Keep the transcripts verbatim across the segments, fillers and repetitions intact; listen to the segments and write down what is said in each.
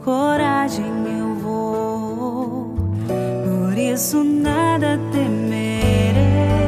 coragem eu vou, por isso nada temerei.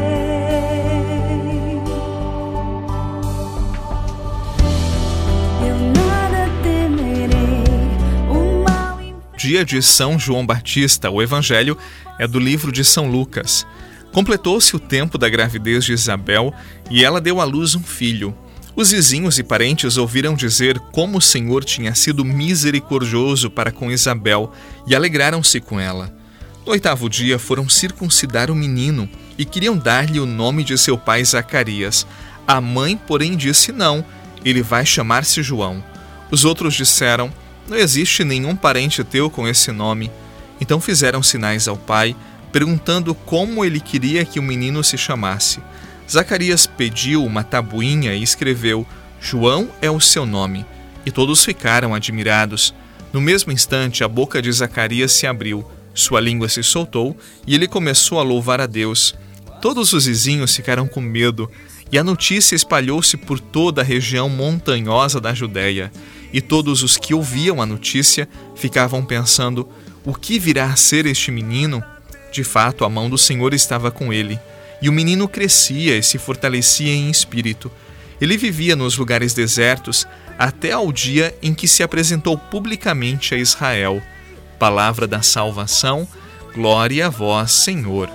Eu nada temerei, o mal. Dia de São João Batista. O Evangelho é do livro de São Lucas. Completou-se o tempo da gravidez de Isabel e ela deu à luz um filho. Os vizinhos e parentes ouviram dizer como o Senhor tinha sido misericordioso para com Isabel e alegraram-se com ela. No oitavo dia foram circuncidar o menino e queriam dar-lhe o nome de seu pai Zacarias. A mãe, porém, disse não, ele vai chamar-se João. Os outros disseram, não existe nenhum parente teu com esse nome. Então fizeram sinais ao pai, perguntando como ele queria que o menino se chamasse. Zacarias pediu uma tabuinha e escreveu, João é o seu nome. E todos ficaram admirados. No mesmo instante, a boca de Zacarias se abriu, sua língua se soltou e ele começou a louvar a Deus. Todos os vizinhos ficaram com medo e a notícia espalhou-se por toda a região montanhosa da Judéia. E todos os que ouviam a notícia ficavam pensando, o que virá a ser este menino? De fato, a mão do Senhor estava com ele. E o menino crescia e se fortalecia em espírito. Ele vivia nos lugares desertos até ao dia em que se apresentou publicamente a Israel. Palavra da salvação, glória a vós, Senhor.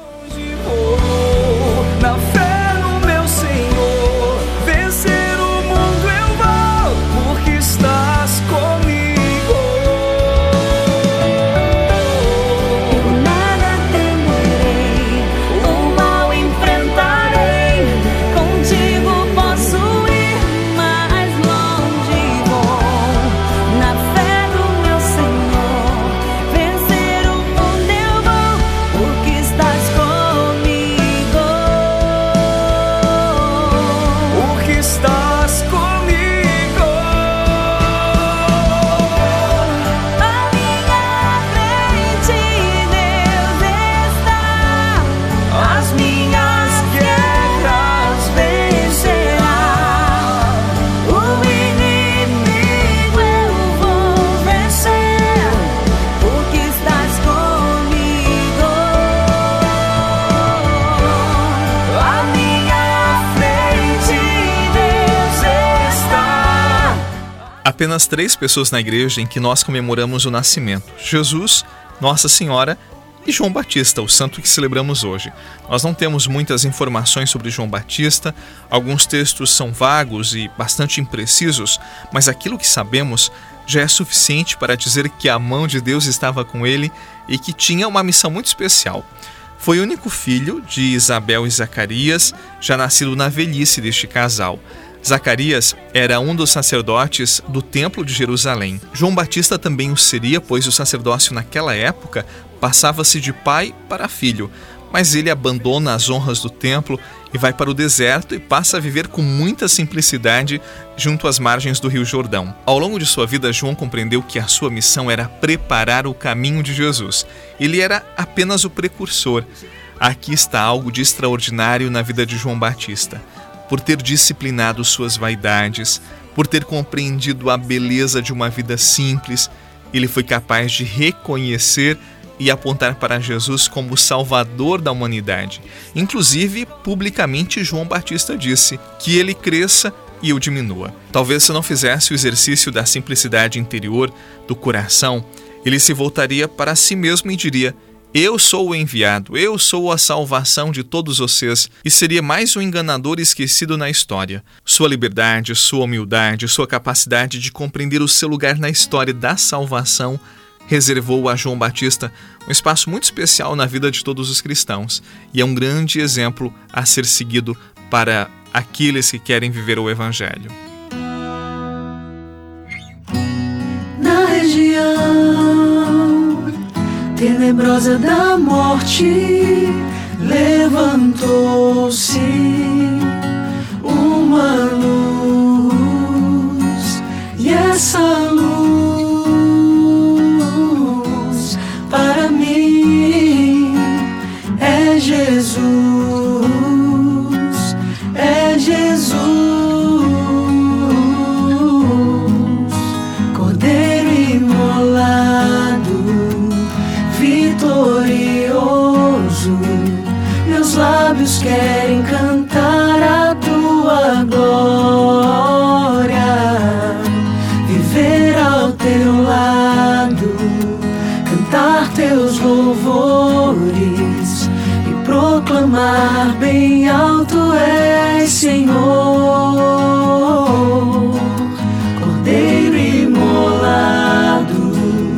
Na fé no meu Senhor, vencer o mundo eu vou, porque estás comigo. Apenas três pessoas na igreja em que nós comemoramos o nascimento: Jesus, Nossa Senhora e João Batista, o santo que celebramos hoje. Nós não temos muitas informações sobre João Batista, alguns textos são vagos e bastante imprecisos, mas aquilo que sabemos já é suficiente para dizer que a mão de Deus estava com ele e que tinha uma missão muito especial. Foi o único filho de Isabel e Zacarias, já nascido na velhice deste casal. Zacarias era um dos sacerdotes do Templo de Jerusalém. João Batista também o seria, pois o sacerdócio naquela época passava-se de pai para filho. Mas ele abandona as honras do templo e vai para o deserto e passa a viver com muita simplicidade junto às margens do Rio Jordão. Ao longo de sua vida, João compreendeu que a sua missão era preparar o caminho de Jesus. Ele era apenas o precursor. Aqui está algo de extraordinário na vida de João Batista. Por ter disciplinado suas vaidades, por ter compreendido a beleza de uma vida simples, ele foi capaz de reconhecer e apontar para Jesus como o Salvador da humanidade. Inclusive, publicamente, João Batista disse que ele cresça e eu diminua. Talvez se não fizesse o exercício da simplicidade interior, do coração, ele se voltaria para si mesmo e diria: eu sou o enviado, eu sou a salvação de todos vocês, e seria mais um enganador esquecido na história. Sua liberdade, sua humildade, sua capacidade de compreender o seu lugar na história da salvação reservou a João Batista um espaço muito especial na vida de todos os cristãos, e é um grande exemplo a ser seguido para aqueles que querem viver o Evangelho. Na região tenebrosa da morte, levantou-se uma luz, e essa luz para mim é Jesus, é Jesus, Cordeiro imolado proclamar bem alto és, Senhor, Cordeiro imolado,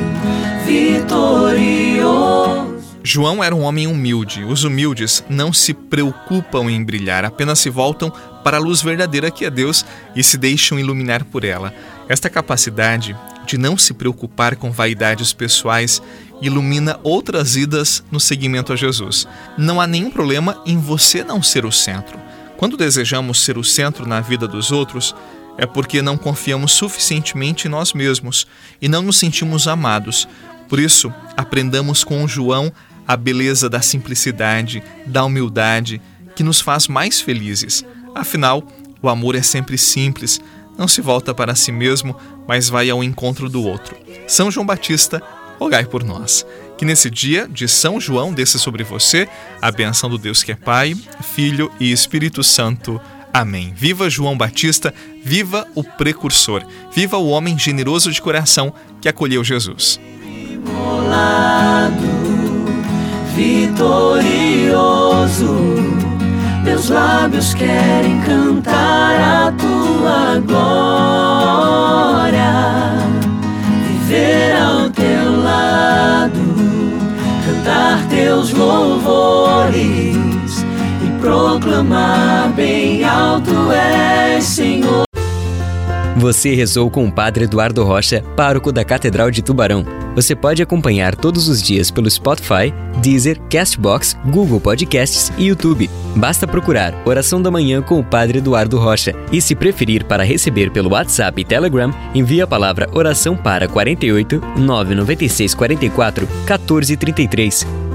vitorioso. João era um homem humilde. Os humildes não se preocupam em brilhar, apenas se voltam para a luz verdadeira que é Deus e se deixam iluminar por ela. Esta capacidade de não se preocupar com vaidades pessoais ilumina outras vidas no seguimento a Jesus. Não há nenhum problema em você não ser o centro. Quando desejamos ser o centro na vida dos outros, é porque não confiamos suficientemente em nós mesmos e não nos sentimos amados. Por isso, aprendamos com João a beleza da simplicidade, da humildade, que nos faz mais felizes. Afinal, o amor é sempre simples, não se volta para si mesmo, mas vai ao encontro do outro. São João Batista, rogai por nós. Que nesse dia de São João desça sobre você a bênção do Deus que é Pai, Filho e Espírito Santo. Amém. Viva João Batista, viva o precursor, viva o homem generoso de coração que acolheu Jesus. Imolado, vitorioso, meus lábios querem cantar a tua glória, viver ao teu lado, cantar teus louvores e proclamar bem alto és, Senhor. Você rezou com o Padre Eduardo Rocha, pároco da Catedral de Tubarão. Você pode acompanhar todos os dias pelo Spotify, Deezer, Castbox, Google Podcasts e YouTube. Basta procurar Oração da Manhã com o Padre Eduardo Rocha. E se preferir para receber pelo WhatsApp e Telegram, envie a palavra oração para quarenta e oito, nove nove seis, quarenta e quatro, quatorze, trinta e três.